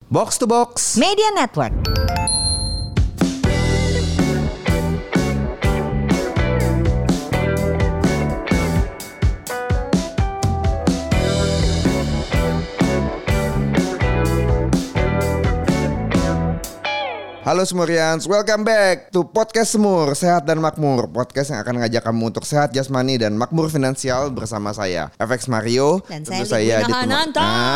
Box to Box Media Network. Halo Semurians, welcome back to Podcast Semur, Sehat dan Makmur. Podcast yang akan ngajak kamu untuk sehat jasmani dan makmur finansial bersama saya, FX Mario. Dan tentu saya ditemani.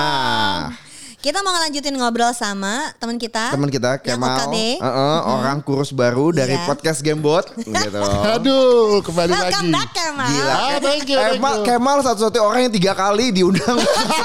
Kita mau ngelanjutin ngobrol sama teman kita yang Kemal, OKB. orang kurus baru dari Iya. podcast Gamebot gitu. Aduh, kembali lagi. Welcome back Kemal. Gila. Thank you. Kemal satu-satunya orang yang 3 kali diundang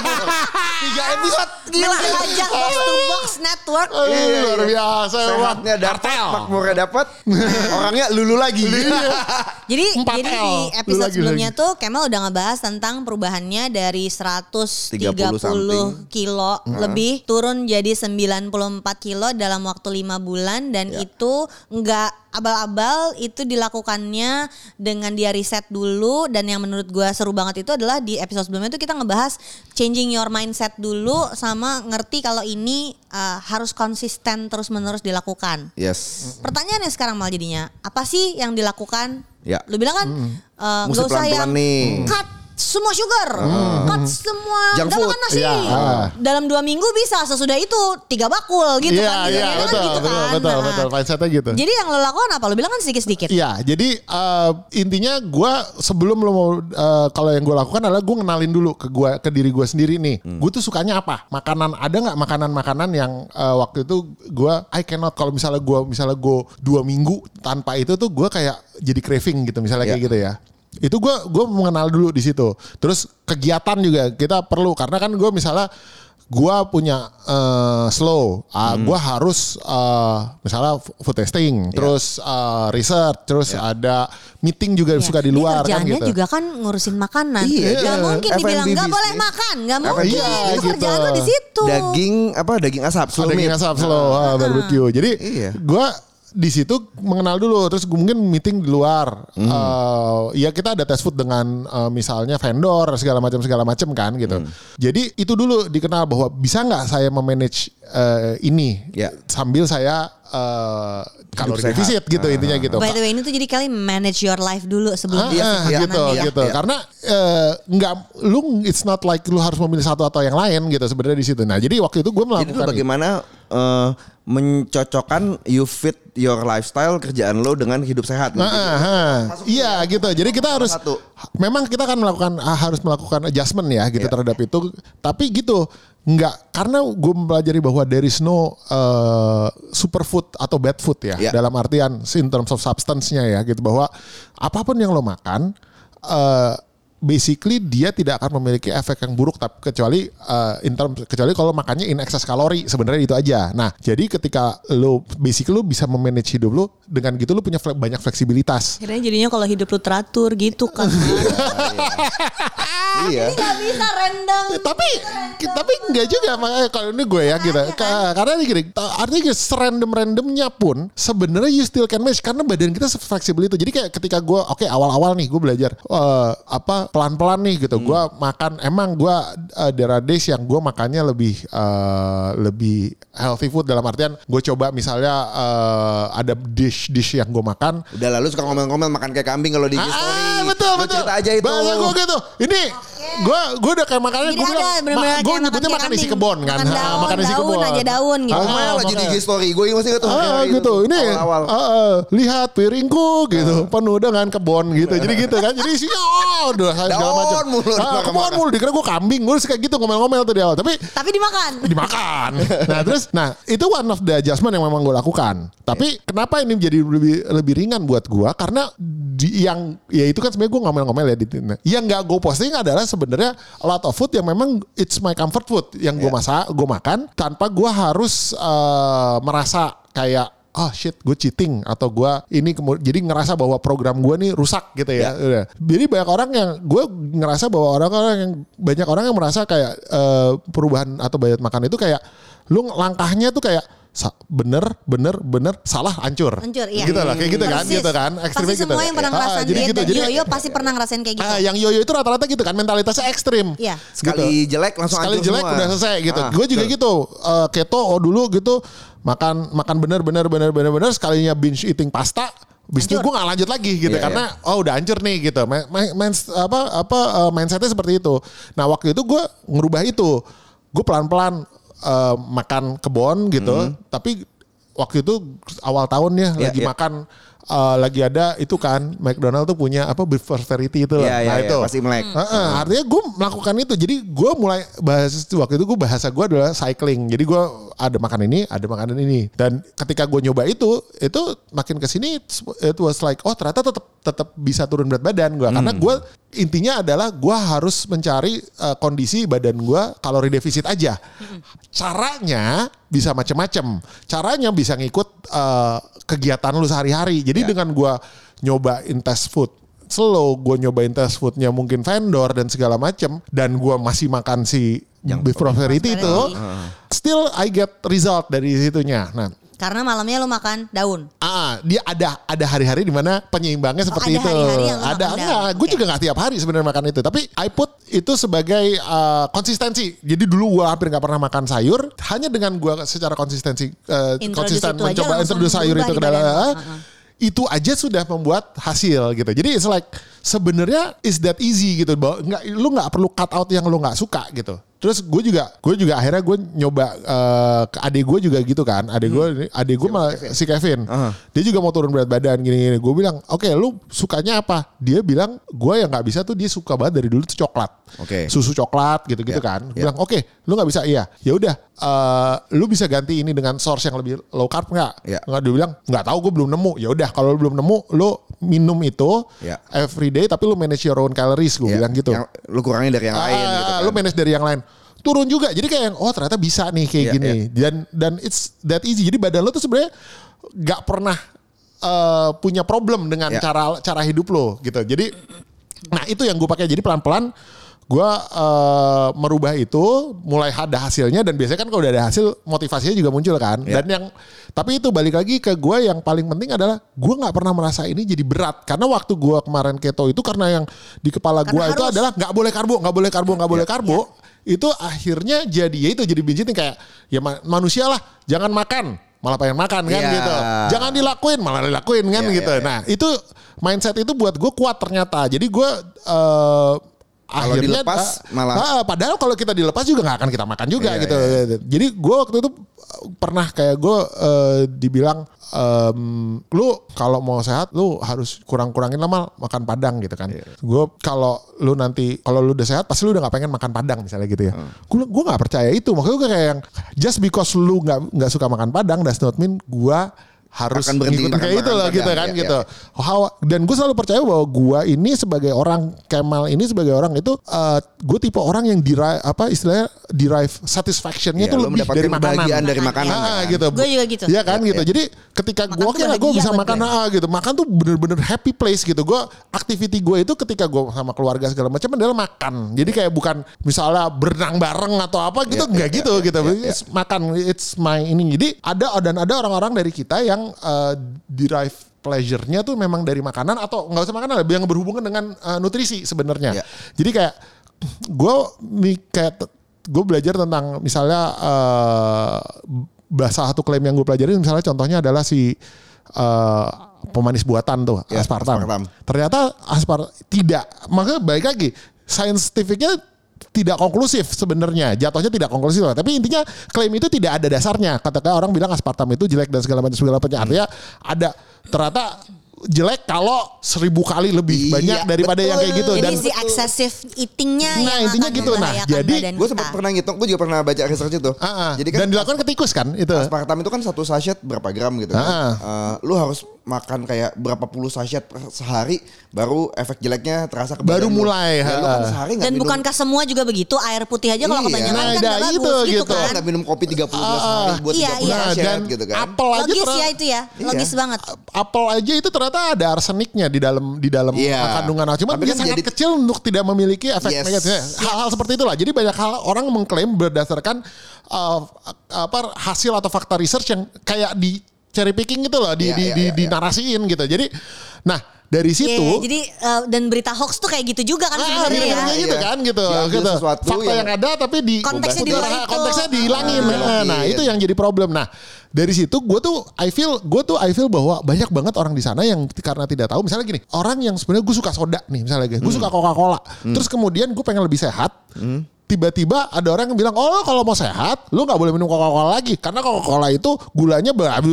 3 episode. Gila. Menjelajah Box to Box Network. Luar biasa. Sehatnya dapat, makmurnya dapat, orangnya lulu lagi. Jadi 4L. di episode Lagi. sebelumnya tuh Kemal udah ngebahas tentang perubahannya dari 130 something. kilo lebih turun jadi 94 kilo dalam waktu 5 bulan dan itu enggak abal-abal, itu dilakukannya dengan dia riset dulu. Dan yang menurut gue seru banget itu adalah di episode sebelumnya tuh kita ngebahas changing your mindset dulu sama ngerti kalau ini harus konsisten terus-menerus dilakukan. Yes. Pertanyaannya sekarang malah jadinya, apa sih yang dilakukan? Ya. Lu bilang kan Mesti gak usah pelan-pelan yang nih. cut semua sugar, cut semua, Junk gak food. makan nasi. Iya. Dalam 2 minggu bisa, sesudah itu 3 bakul gitu kan. Iya, Gitu kan. betul. Mindsetnya gitu. Jadi yang lo lakukan apa? Lo bilang kan sedikit-sedikit. Iya, jadi intinya gue sebelum lo mau kalau yang gue lakukan adalah gue ngenalin dulu ke diri gue sendiri nih. Gue tuh sukanya apa? Makanan, ada nggak makanan yang waktu itu gue I cannot, kalau misalnya gue 2 minggu tanpa itu tuh gue kayak jadi craving gitu misalnya kayak gitu ya. Itu gue mengenal dulu di situ. Terus kegiatan juga kita perlu, karena kan gue misalnya gue punya slow, gue harus misalnya food testing, terus research, terus ada meeting juga suka di luar kan kerjaannya gitu. juga kan ngurusin makanan. Iya. Gak mungkin dibilang F&B gak boleh bisnis. makan, gak mungkin. Iya, Itu gitu. kerjaan lo di situ. Daging asap, slow Daging meat. asap slow barbecue. Jadi Iya. gue di situ mengenal dulu, terus gue mungkin meeting di luar. Ya kita ada test food dengan misalnya vendor segala macam kan gitu. Jadi itu dulu dikenal bahwa bisa nggak saya memanage ini sambil saya kalori sehat. defisit gitu intinya gitu. By the way, ini tuh jadi kalian manage your life dulu sebelum dia Gitu. Iya. Karena it's not like lu harus memilih satu atau yang lain gitu sebenarnya di situ. Nah, jadi waktu itu gue Jadi melakukan lu bagaimana mencocokkan you fit your lifestyle kerjaan lo dengan hidup sehat. Iya gitu. Jadi kita harus memang kita kan harus melakukan adjustment ya gitu terhadap itu. Tapi gitu nggak, karena gue mempelajari bahwa there is no superfood atau bad food ya. Dalam artian in terms of substance-nya ya gitu, bahwa apapun yang lo makan basically dia tidak akan memiliki efek yang buruk, tapi kecuali kalau makannya in excess kalori, sebenarnya itu aja. Nah, jadi ketika lo bisa memanage hidup lo dengan gitu, lo punya banyak fleksibilitas. Akhirnya jadinya kalau hidup lu teratur gitu kan. Iya. Jadi gak bisa random. Tapi enggak juga, makanya kalau ini gue ya gitu. Karena gini, artinya serandom-randomnya pun sebenarnya you still can manage karena badan kita fleksibel itu. Jadi kayak ketika gue awal-awal nih gue belajar pelan-pelan nih gitu. Gue makan, emang gue there are days yang gue makannya lebih healthy food, dalam artian gue coba misalnya ada dish yang gue makan. Udah lalu suka ngomel-ngomel makan kayak kambing kalau di story. Betul. Cerita aja itu. Bahasa gue gitu. Ini gue udah kayak makannya, gue bilang gue nyebutnya makan isi kebon kan. Makan isi kebon. Daun aja daun gitu. Ngomel aja di story. Gue masih ingat tuh. Gitu. Ini awal. lihat piringku gitu, penuh dengan kebon gitu. Jadi gitu kan. Jadi isinya udah segala macam. Kebon mulu. Dikira gue kambing. Gue kayak gitu ngomel-ngomel tuh di awal. Tapi dimakan. Nah itu one of the adjustment yang memang gue lakukan. Tapi kenapa ini menjadi lebih ringan buat gue? Karena ya itu kan sebenarnya gue ngomel-ngomel ya. Yang nggak gue posting adalah sebenarnya a lot of food yang memang it's my comfort food yang gue makan tanpa gue harus merasa kayak oh shit gue cheating atau gue ini jadi ngerasa bahwa program gue nih rusak gitu ya. Jadi banyak orang yang gue ngerasa bahwa banyak orang yang merasa kayak perubahan atau diet makan itu kayak lu langkahnya tuh kayak bener salah hancur iya. Gitu lah kayak gitu kan gitu kan ekstrimnya pasti gitu. Semua yang pernah ngerasain diet dan yoyo pasti pernah ngerasain kayak gitu. Yang yoyo itu rata-rata gitu kan mentalitasnya ekstrim. Iya. Sekali gitu. jelek langsung sekali jelek semua. udah selesai gitu. Gue juga gitu keto dulu gitu makan bener sekalinya binge eating pasta. Bis itu gue gak lanjut lagi gitu karena udah hancur nih gitu. Mindsetnya seperti itu. Nah waktu itu gue ngerubah itu. Gue pelan-pelan makan kebon gitu. Tapi waktu itu awal tahun ya lagi makan lagi ada itu kan McDonald tuh punya beef variety itu lah. Nah itu pasti melek. Artinya gue melakukan itu. Jadi gue mulai waktu itu bahasa gue adalah cycling. Jadi gue ada makan ini, ada makanan ini. Dan ketika gue nyoba itu makin kesini it was like ternyata tetap bisa turun berat badan gue. Karena gue intinya adalah gue harus mencari kondisi badan gue kalori defisit aja. Caranya bisa macam-macam. Caranya bisa ngikut kegiatan lu sehari-hari. Jadi dengan gue nyobain test food slow, gue nyobain test foodnya mungkin vendor dan segala macam, dan gue masih makan si beef prosperity itu, still I get result dari situnya. Nah, karena malamnya lu makan daun. Dia ada hari-hari di mana penyeimbangnya seperti itu. Ada enggak? Gue juga nggak tiap hari sebenarnya makan itu. Tapi I put itu sebagai konsistensi. Jadi dulu gue hampir nggak pernah makan sayur. Hanya dengan gue secara konsisten mencoba introduce sayur itu ke dalam. Itu aja sudah membuat hasil gitu. Jadi it's like sebenarnya is that easy gitu. Lu nggak perlu cut out yang lu nggak suka gitu. Terus gue juga akhirnya gue nyoba ke adik gue juga gitu kan. Adik gue malah si Kevin. Dia juga mau turun berat badan gini-gini. Gue bilang, "Oke, lu sukanya apa?" Dia bilang, "Gue yang nggak bisa tuh dia suka banget dari dulu tuh coklat." Susu coklat gitu-gitu kan. Gue bilang, "Oke, lu nggak bisa." Iya. Ya udah, lu bisa ganti ini dengan source yang lebih low carb nggak? Nggak, dia bilang, "Nggak tahu, gue belum nemu." Ya udah, kalau lu belum nemu, lu minum itu every day tapi lu manage your own calories, gue bilang gitu. Yang lu kurangin dari yang lain gitu kan. Lu manage dari yang lain. Turun juga. Jadi kayak ternyata bisa nih kayak gini. Dan it's that easy. Jadi badan lo tuh sebenarnya gak pernah punya problem dengan cara hidup lo gitu. Jadi nah itu yang gue pakai. Jadi pelan-pelan gue merubah itu, mulai ada hasilnya, dan biasanya kan kalau udah ada hasil motivasinya juga muncul kan. Dan tapi itu balik lagi ke gue, yang paling penting adalah gue nggak pernah merasa ini jadi berat, karena waktu gue kemarin keto itu karena yang di kepala gue itu adalah nggak boleh karbo. Itu akhirnya jadi binge eating, kayak ya manusia lah, jangan makan malah pengen makan kan gitu, jangan dilakuin malah dilakuin kan gitu. Nah itu mindset itu buat gue kuat ternyata. Jadi gue akhirnya dilepas malah padahal kalau kita dilepas juga nggak akan kita makan juga gitu. Jadi gue waktu itu pernah kayak gue dibilang, lu kalau mau sehat lu harus kurangin lama makan padang gitu kan. Gue kalau lu udah sehat pasti lu udah nggak pengen makan padang misalnya gitu ya. Gue nggak percaya itu. Makanya gue kayak yang just because lu nggak suka makan padang does not mean gue harus ngikutin kayak itu lah gitu kan gitu. Dan gue selalu percaya bahwa gue ini sebagai orang, Kemal ini sebagai orang itu, gue tipe orang yang derive satisfaction-nya itu lebih dari makanan. Dari makanan kan? Gitu. Gue juga gitu. Iya kan gitu. Jadi ketika gue bisa makan gitu, makan tuh bener-bener happy place gitu. Gue activity gue itu ketika gue sama keluarga segala macam adalah makan. Jadi kayak bukan misalnya berenang bareng atau apa gitu, enggak gitu. Makan, it's my ini. Jadi ada orang-orang dari kita yang derive pleasure-nya tuh memang dari makanan, atau nggak usah makanan, lebih yang berhubungan dengan nutrisi sebenarnya. Jadi kayak gue belajar tentang misalnya salah satu klaim yang gue pelajari misalnya contohnya adalah si pemanis buatan tuh, aspartam. Ternyata aspartam tidak, makanya baik lagi scientificnya tidak konklusif sebenarnya, jatuhnya tidak konklusif, tapi intinya klaim itu tidak ada dasarnya. Katakan orang bilang aspartam itu jelek dan segala macam. Artinya ada, ternyata jelek kalau 1000 kali lebih banyak daripada yang kayak gitu. Jadi dan si excessive eatingnya nah intinya gitu. Nah jadi gue sempat pernah ngitung, gue juga pernah baca research itu. Jadi kan dan dilakukan ke tikus kan itu. Aspartam itu kan 1 sachet berapa gram gitu kan. Lu harus makan kayak berapa puluh sachet sehari baru efek jeleknya terasa ke baru badan mulai. Ya, lu kan sehari dan minum, bukankah semua juga begitu? Air putih aja kalau kebanyakan kan gak bagus gitu kan. Nggak minum kopi 30 gelas sehari buat 30 sachet gitu kan. Apel aja logis ya itu ya. Logis banget. Apel aja itu ternyata ada arseniknya di dalam kandungan. Cuma dia kan sangat kecil untuk tidak memiliki efek negatif. Hal-hal seperti itulah. Jadi banyak hal orang mengklaim berdasarkan hasil atau fakta research yang kayak di cherry picking gitu loh, dinarasiin gitu. Jadi, nah dari situ, jadi dan berita hoax tuh kayak gitu juga kan sebenarnya ya. Gitu kan gitu. Fakta yang ada tapi di konteksnya dihilangin. Nah itu yang jadi problem. Nah dari situ gue tuh I feel bahwa banyak banget orang di sana yang karena tidak tahu. Misalnya gini, orang yang sebenarnya gue suka soda nih, misalnya gue suka Coca-Cola. Terus kemudian gue pengen lebih sehat. Tiba-tiba ada orang yang bilang, oh kalau mau sehat lu gak boleh minum Coca-Cola lagi. Karena Coca-Cola itu gulanya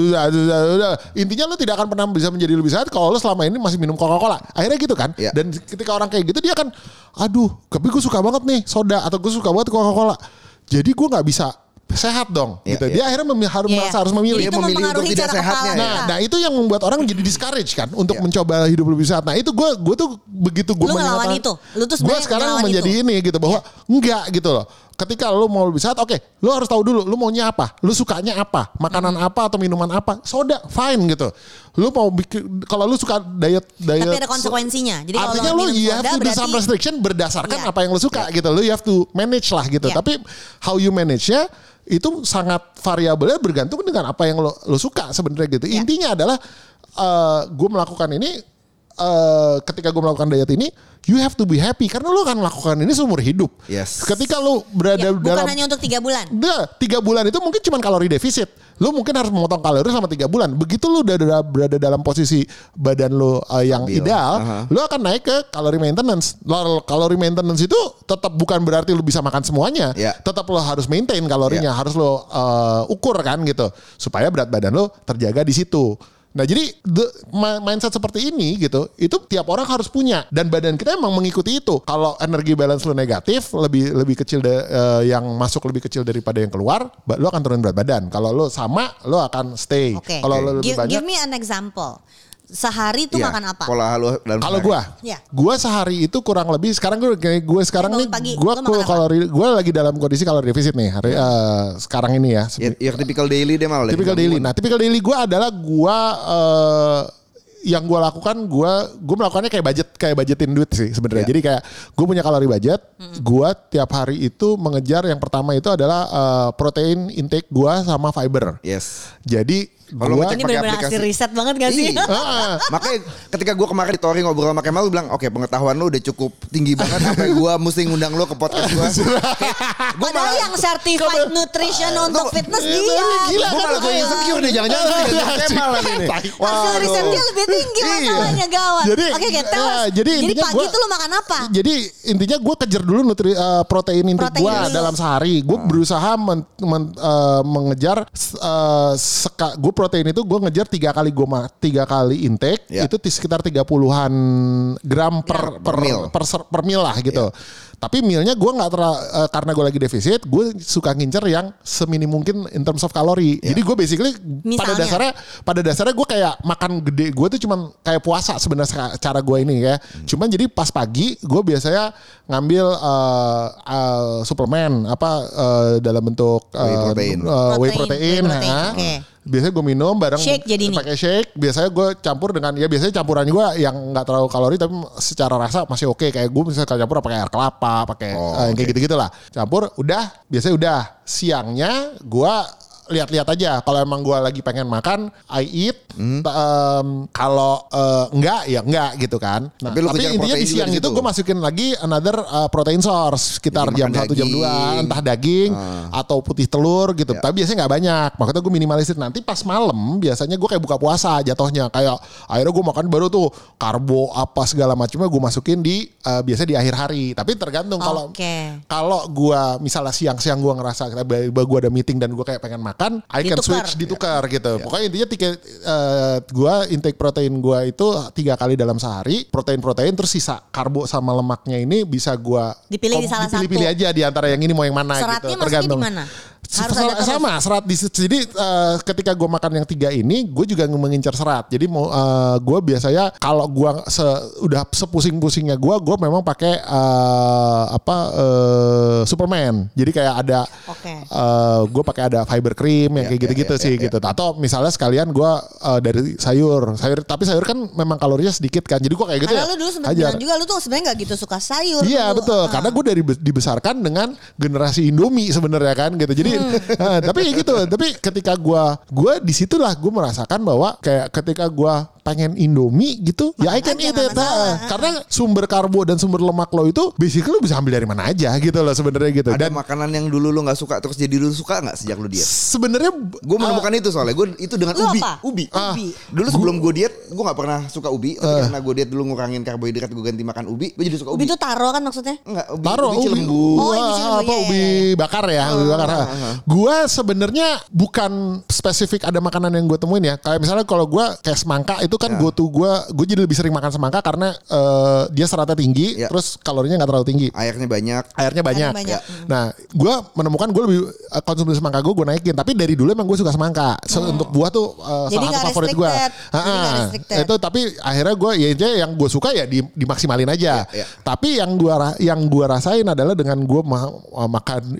intinya lu tidak akan pernah bisa menjadi lebih sehat kalau lu selama ini masih minum Coca-Cola. Akhirnya gitu kan. Dan ketika orang kayak gitu dia kan, aduh tapi gue suka banget nih soda atau gue suka banget Coca-Cola. Jadi gue gak bisa sehat dong gitu. Dia akhirnya harus memilih. Dia memilih untuk tidak sehatnya. Nah itu yang membuat orang jadi discourage kan untuk mencoba hidup lebih sehat. Nah itu gue tuh begitu gue ngelawan itu. Gue sekarang menjadi ini gitu bahwa enggak gitu loh. Ketika lu mau lebih sehat, oke, lu harus tahu dulu lu maunya apa, lu sukanya apa, makanan apa atau minuman apa, soda, fine gitu. Lu mau bikin, kalau lu suka diet, tapi ada konsekuensinya. Jadi artinya lu you have to do some restriction berdasarkan apa yang lu suka gitu. Lu you have to manage lah gitu. Tapi how you manage-nya itu sangat variabelnya bergantung dengan apa yang lo suka sebenarnya gitu. Intinya adalah gue melakukan ini ketika gue melakukan diet ini, you have to be happy karena lo akan melakukan ini seumur hidup. Ketika lo berada bukan hanya untuk 3 bulan. 3 bulan itu mungkin cuma kalori defisit. Lo mungkin harus memotong kalori selama 3 bulan. Begitu lo udah berada dalam posisi badan lo yang ideal, lo akan naik ke kalori maintenance. Kalori maintenance itu tetap bukan berarti lo bisa makan semuanya. Tetap lo harus maintain kalorinya, harus lo ukur kan gitu supaya berat badan lo terjaga di situ. Nah jadi mindset seperti ini gitu, itu tiap orang harus punya dan badan kita emang mengikuti itu. Kalau energi balance lo negatif, lebih kecil yang masuk lebih kecil daripada yang keluar, lo akan turun berat badan. Kalau lo sama, lo akan stay. Kalau lo lebih banyak. Give me an example. Sehari itu makan apa? Kalau gue sehari itu kurang lebih sekarang gue sekarang nih gue lagi dalam kondisi kalori defisit nih hari sekarang ini ya. Typical daily deh malah. Typical daily. Nah, typical daily gue adalah yang gue lakukan gue melakukannya kayak budgetin duit sih sebenarnya. Jadi kayak gue punya kalori budget, gue tiap hari itu mengejar yang pertama itu adalah protein intake gue sama fiber. Jadi kalau ini benar-benar hasil riset banget gak sih? Makanya ketika gue kemarin di Tori ngobrol sama Kemal, lu bilang oke, pengetahuan lu udah cukup tinggi banget sampai gue mesti ngundang lu ke podcast gue. Padahal yang certified nutrition untuk fitness dia. Gila kan? Gue insecure deh, jangan-jangan Kemal lagi nih. Hasil risetnya lebih tinggi masalahnya, gawat. Jadi pagi itu lu makan apa? Jadi intinya gue kejar dulu protein intake gue dalam sehari. Gue berusaha mengejar gue protein itu gue ngejar 3 kali intake itu sekitar 30-an gram per mil lah gitu. Tapi mealnya gue nggak karena gue lagi defisit, gue suka ngincer yang seminim mungkin in terms of kalori. Jadi gue basically pada dasarnya gue kayak makan gede, gue tuh cuman kayak puasa sebenarnya cara gue ini ya. Cuman jadi pas pagi gue biasanya ngambil suplemen dalam bentuk whey protein. Biasanya gue minum bareng pakai shake. Biasanya gue campur dengan biasanya campuran gue yang nggak terlalu kalori tapi secara rasa masih oke. Kayak gue misalnya campur pakai air kelapa, pakai kayak gitu lah. Campur biasanya siangnya gue lihat-lihat aja. Kalau emang gue lagi pengen makan, I eat. Kalau enggak ya enggak gitu kan. Nah, tapi intinya di siang itu gue masukin lagi another protein source sekitar jam 1 jam 2, entah daging atau putih telur gitu. Tapi biasanya nggak banyak. Makanya gue minimalisir. Nanti pas malam biasanya gue kayak buka puasa jatuhnya. Kayak akhirnya gue makan baru tuh karbo apa segala macamnya gue masukin di biasanya di akhir hari. Tapi tergantung kalau gue misalnya siang-siang gue ngerasa gue ada meeting dan gue kayak pengen makan, I can switch ditukar gitu. Pokoknya intinya gue intake protein gue itu 3 kali dalam sehari, protein terus sisa karbo sama lemaknya ini bisa gue dipilih di salah satu. Dipilih aja di antara yang ini mau yang mana. Seratnya gitu. Tergantung. Di mana? Harus serat. Jadi ketika gue makan yang 3 ini, gue juga mengincar serat. Jadi gue biasanya kalau gue udah sepusing-pusingnya gue memang pakai Superman. Jadi kayak ada gue pakai ada fiber cream yang kayak gitu-gitu sih gitu. Atau misalnya sekalian gue dari sayur, tapi sayur kan memang kalorinya sedikit kan. Jadi gue kayak gitu. Karena lu dulu sempat bilang juga lu tuh sebenarnya nggak gitu suka sayur. Iya betul. Karena gue dibesarkan dengan generasi Indomie sebenarnya kan gitu. Jadi tapi gitu. Tapi ketika gue disitulah gue merasakan bahwa kayak ketika gue pengen Indomie gitu, ya I can eat it. Karena sumber karbo dan sumber lemak lo itu basically lo bisa ambil dari mana aja gitu loh sebenarnya gitu. Ada makanan yang dulu lo nggak suka terus jadi lu suka nggak sejak lu diet? Sebenarnya gue menemukan itu soalnya gue itu dengan ubi. Dulu sebelum gue diet gue nggak pernah suka ubi. Tapi karena gue diet dulu ngurangin karbohidrat gue ganti makan ubi. Gue jadi suka ubi. Ubi itu taro kan maksudnya? Enggak, ubi cilembu. Ubi bakar ya. Ubi bakar. Gue sebenarnya bukan spesifik ada makanan yang gue temuin ya. Kayak misalnya kalau gue kayak semangka itu kan gue jadi lebih sering makan semangka karena dia seratnya tinggi, terus kalorinya nggak terlalu tinggi. Airnya banyak. Ya. Nah, gue menemukan gue lebih konsumsi semangka gue naikin. Tapi dari dulu emang gue suka semangka. Untuk buah tuh salah satu favorit gue. Itu tapi akhirnya gue ya yang gue suka ya dimaksimalin aja. Tapi yang gue rasain adalah dengan gue makan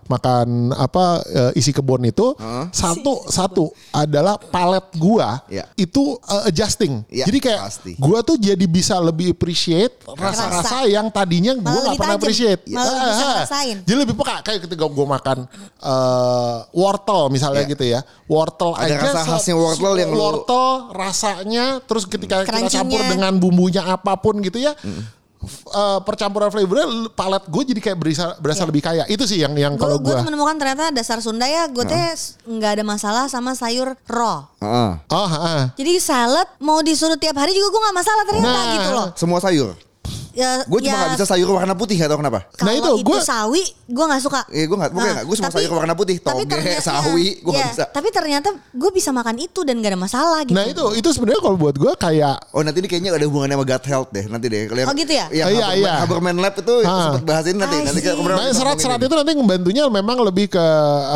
isi kebun itu satu adalah palet gue itu adjusting. Jadi kayak gue tuh jadi bisa lebih appreciate rasa-rasa yang tadinya gue gak pernah appreciate. Jadi lebih peka kayak ketika gue makan wortel misalnya gitu ya. Wortel ada aja rasa khasnya wortel yang wortel rasanya terus ketika kita campur dengan bumbunya apapun gitu ya. Percampuran flavornya palet gue jadi kayak berasa lebih kaya. Itu sih yang kalau gue menemukan ternyata dasar Sunda ya gue nggak ada masalah sama sayur raw. Jadi salad mau disuruh tiap hari juga gue nggak masalah ternyata gitu loh. Semua sayur. Gue cuma gak bisa sayur warna putih, gak tau kenapa. Kalau itu sawi gue gak suka. Gue gak, gue cuma sayur warna putih. Toge, sawi, gue gak bisa. Tapi ternyata gue bisa makan itu dan gak ada masalah gitu. Nah itu sebenarnya kalau buat gue kayak nanti ini kayaknya ada hubungannya sama gut health deh. Nanti deh. Gitu ya? Iya. Haberman Lab itu sempat bahasin nanti. Serat-serat itu nanti membantunya memang lebih ke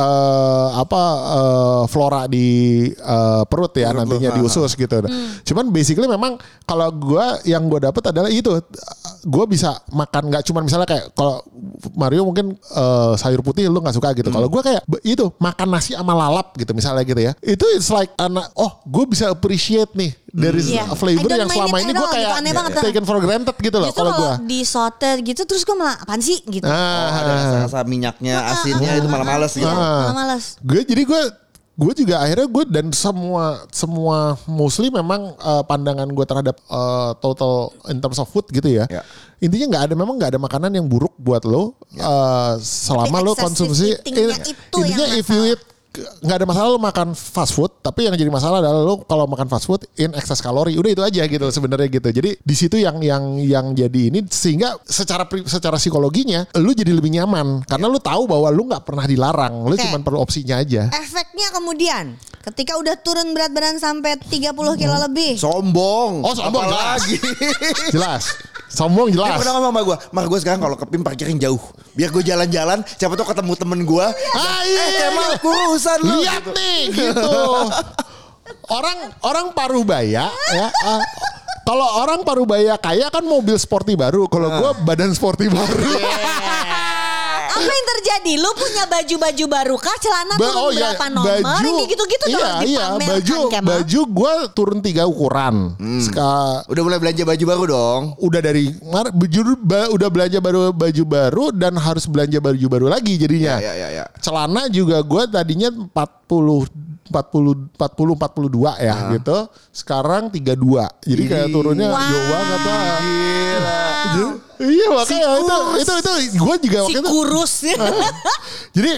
flora di perut ya nantinya di usus gitu. Cuman basically memang kalau yang gue dapet adalah itu. Gue bisa makan nggak cuma misalnya kayak kalau Mario mungkin sayur putih lu nggak suka gitu. Kalau gue kayak itu makan nasi sama lalap gitu misalnya gitu ya. Itu it's like gue bisa appreciate nih dari flavor yang selama ini gue kayak taken for granted gitu loh. Kalau gue di saute gitu terus gue malah apaan sih gitu. Ada rasa minyaknya, asinnya itu malah males gitu. Malas. Gue juga akhirnya gue dan semua muslim memang pandangan gue terhadap total in terms of food gitu ya. Intinya memang nggak ada makanan yang buruk buat lo selama lo konsumsi. Intinya if you eat nggak ada masalah lo makan fast food, tapi yang jadi masalah adalah lo kalau makan fast food in excess kalori. Udah itu aja gitu sebenarnya gitu. Jadi di situ yang jadi ini sehingga secara psikologinya lo jadi lebih nyaman karena lo tahu bahwa lo nggak pernah dilarang, lo cuma perlu opsinya aja. Efeknya kemudian ketika udah turun berat badan sampai 30 kilo lebih. Sombong. Sombong lagi. Jelas. Sombong jelas. Dia pernah ngomong sama gue, mak gue sekarang kalau ke PIM parkirin jauh, biar gue jalan-jalan, siapa tuh ketemu temen gue. Kemal kurusan lu. Lihat gitu. Nih gitu. Orang Parubaya ya. Kalau orang Parubaya kaya kan mobil sporty baru. Kalau gue badan sporty baru. Apa yang terjadi? Lu punya baju-baju baru kah? Celana turun berapa nomor? Ini gitu-gitu dong dipamerkan. Baju gue turun 3 ukuran. Udah mulai belanja baju baru dong. Udah dari udah belanja baju baru dan harus belanja baju baru lagi jadinya. Ya. Celana juga gue tadinya 42 ya gitu. Sekarang 32. Jadi kayak turunnya jauh banget lah. Gila. Iya makanya itu gue juga waktu itu kurus. Jadi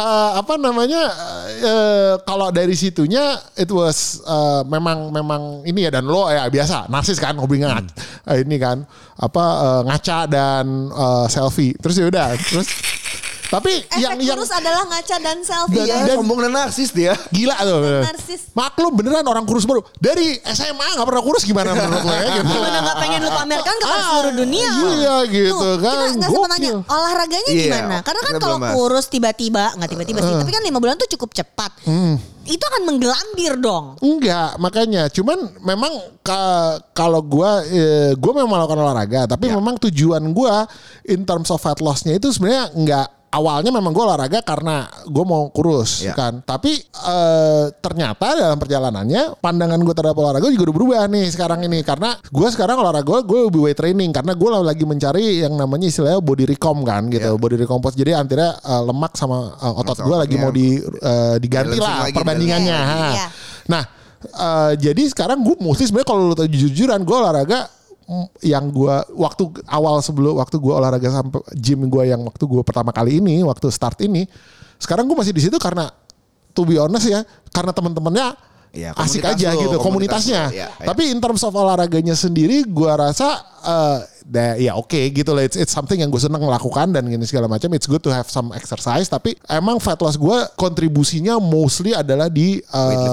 kalau dari situnya it was memang ini ya dan lo ya biasa narsis kan hobi ini kan ngaca dan selfie terus ya udah Tapi yang kurus adalah ngaca dan selfie. Iya, sombong dan narsis dia. Gila tuh. Narsis. Maklum beneran orang kurus baru. Dari SMA gak pernah kurus gimana menurut lo ya gitu. Gimana gak pengen lu pamerkan kepada seluruh dunia. Iya gitu tuh, kan. Kita gak sempat nanya olahraganya gimana. Karena kan kalau kurus tiba-tiba, gak tiba-tiba sih. Tapi kan 5 bulan tuh cukup cepat. Itu akan menggelambir dong. Enggak, makanya. Cuman memang kalau gue memang melakukan olahraga. Tapi memang tujuan gue in terms of fat loss-nya itu sebenarnya enggak. Awalnya memang gue olahraga karena gue mau kurus kan. Tapi ternyata dalam perjalanannya pandangan gue terhadap olahraga juga udah berubah nih sekarang ini. Karena gue sekarang olahraga gue lebih weight training. Karena gue lagi mencari yang namanya istilahnya body recomp kan gitu. Body recompose. Jadi antara lemak sama otot gue lagi mau diganti lah perbandingannya. Nah jadi sekarang gue mesti sebenarnya kalau lu tahu jujur-jujuran gue olahraga yang gue waktu gue olahraga sampai gym gue yang waktu gue pertama kali ini waktu start ini sekarang gue masih di situ karena to be honest ya karena teman-temannya asik aja gitu komunitasnya. Tapi in terms of olahraganya sendiri gue rasa oke gitu lah, it's something yang gue seneng melakukan dan gini segala macam. It's good to have some exercise, tapi emang fat loss gue kontribusinya mostly adalah di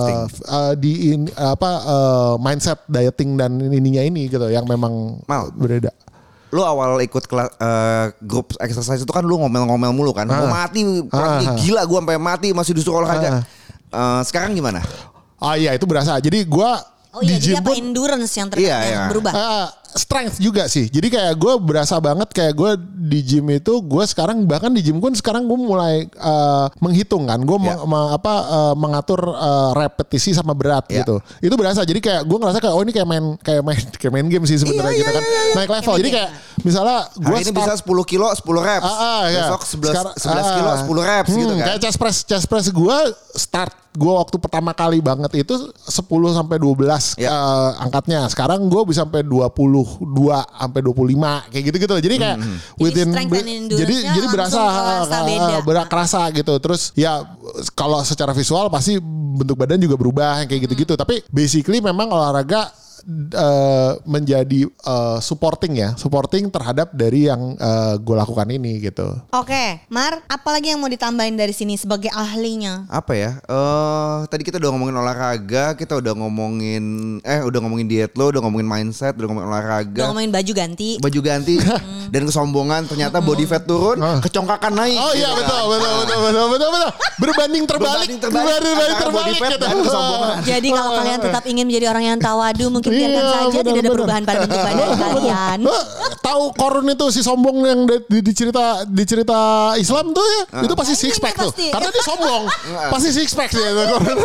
mindset dieting dan ininya ini gitu yang memang berbeda. Lu awal ikut grup exercise itu kan lu ngomel-ngomel mulu kan. Mau mati, gila gue sampai mati masih disuruh olahraga. Sekarang gimana? Iya itu berasa. Jadi gue di gym apa endurance yang ternyata berubah? Strength juga sih. Jadi kayak gue berasa banget kayak gue di gym itu gue sekarang bahkan di gym gue sekarang gue mulai menghitung kan. Gue mengatur repetisi sama berat gitu. Itu berasa. Jadi kayak gue ngerasa kayak ini kayak main game sih sebenarnya kita kan naik level. Jadi kayak misalnya gue ini bisa 10 kilo 10 reps. Besok 11 kilo 10 reps gitu kan. Kayak chest press gue start gue waktu pertama kali banget itu 10 sampai 12 angkatnya. Sekarang gue bisa sampai 22 sampai 25 kayak gitu-gitu. Jadi kayak jadi berasa kerasa gitu. Terus ya kalau secara visual pasti bentuk badan juga berubah kayak gitu-gitu. Tapi basically memang olahraga menjadi supporting terhadap dari yang gue lakukan ini gitu. Oke, Mar, apalagi yang mau ditambahin dari sini sebagai ahlinya? Apa ya? Tadi kita udah ngomongin olahraga, kita udah ngomongin diet lo, udah ngomongin mindset, udah ngomongin olahraga, udah ngomongin baju ganti dan kesombongan. Ternyata body fat turun, kecongkakan naik. Oh iya betul. Berbanding terbalik body fat gitu. dan kesombongan. Jadi kalau kalian tetap ingin menjadi orang yang tawadu, mungkin biarkan saja tidak ada perubahan pada bentuk badan kalian. Tahu Korun itu si sombong yang di cerita Islam tuh ya, itu pasti six pack tuh. Karena dia sombong, pasti six pack sih itu Korun.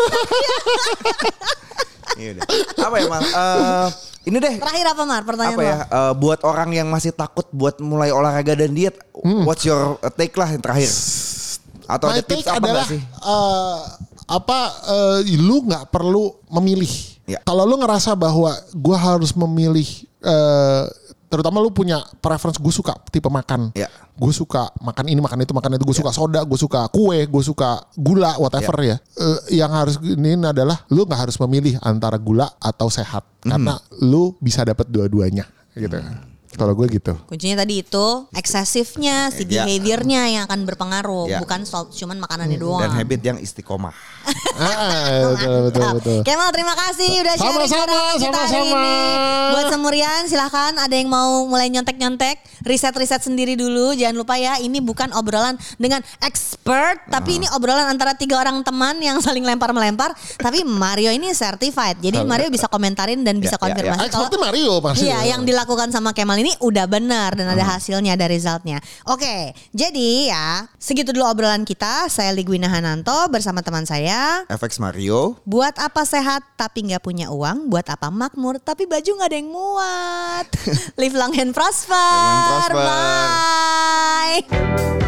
Apa ya Mar? Ini deh. Terakhir apa Mar? Pertanyaan apa ya? Buat orang yang masih takut buat mulai olahraga dan diet, what's your take lah yang terakhir? Atau ada tips apa nggak sih? Lu nggak perlu memilih. Kalau lu ngerasa bahwa gue harus memilih, terutama lu punya preference, gue suka tipe makan, gue suka makan ini makan itu, gue suka soda, gue suka kue, gue suka gula, whatever ya. Yang harus ini adalah lu nggak harus memilih antara gula atau sehat, karena lu bisa dapat dua-duanya, gitu. Kalau gue gitu. Kuncinya tadi itu eksesifnya, si behaviornya yang akan berpengaruh, bukan cuman makanannya doang. Dan habit yang istiqomah. Betul. Kemal, terima kasih udah sharing kita hari ini. Buat Semurian silahkan, ada yang mau mulai nyontek-nyontek, riset sendiri dulu. Jangan lupa ya, ini bukan obrolan dengan expert, tapi ini obrolan antara 3 orang teman yang saling lempar-melempar. Tapi Mario ini certified, jadi Mario bisa komentarin dan bisa konfirmasi kalau Mario pasti. Iya, yang dilakukan sama Kemal ini udah benar dan ada hasilnya, ada resultnya. Oke, jadi ya segitu dulu obrolan kita. Saya Ligwina Hananto bersama teman saya FX Mario. Buat apa sehat tapi nggak punya uang? Buat apa makmur tapi baju nggak ada yang muat? Live long and prosper. Bye.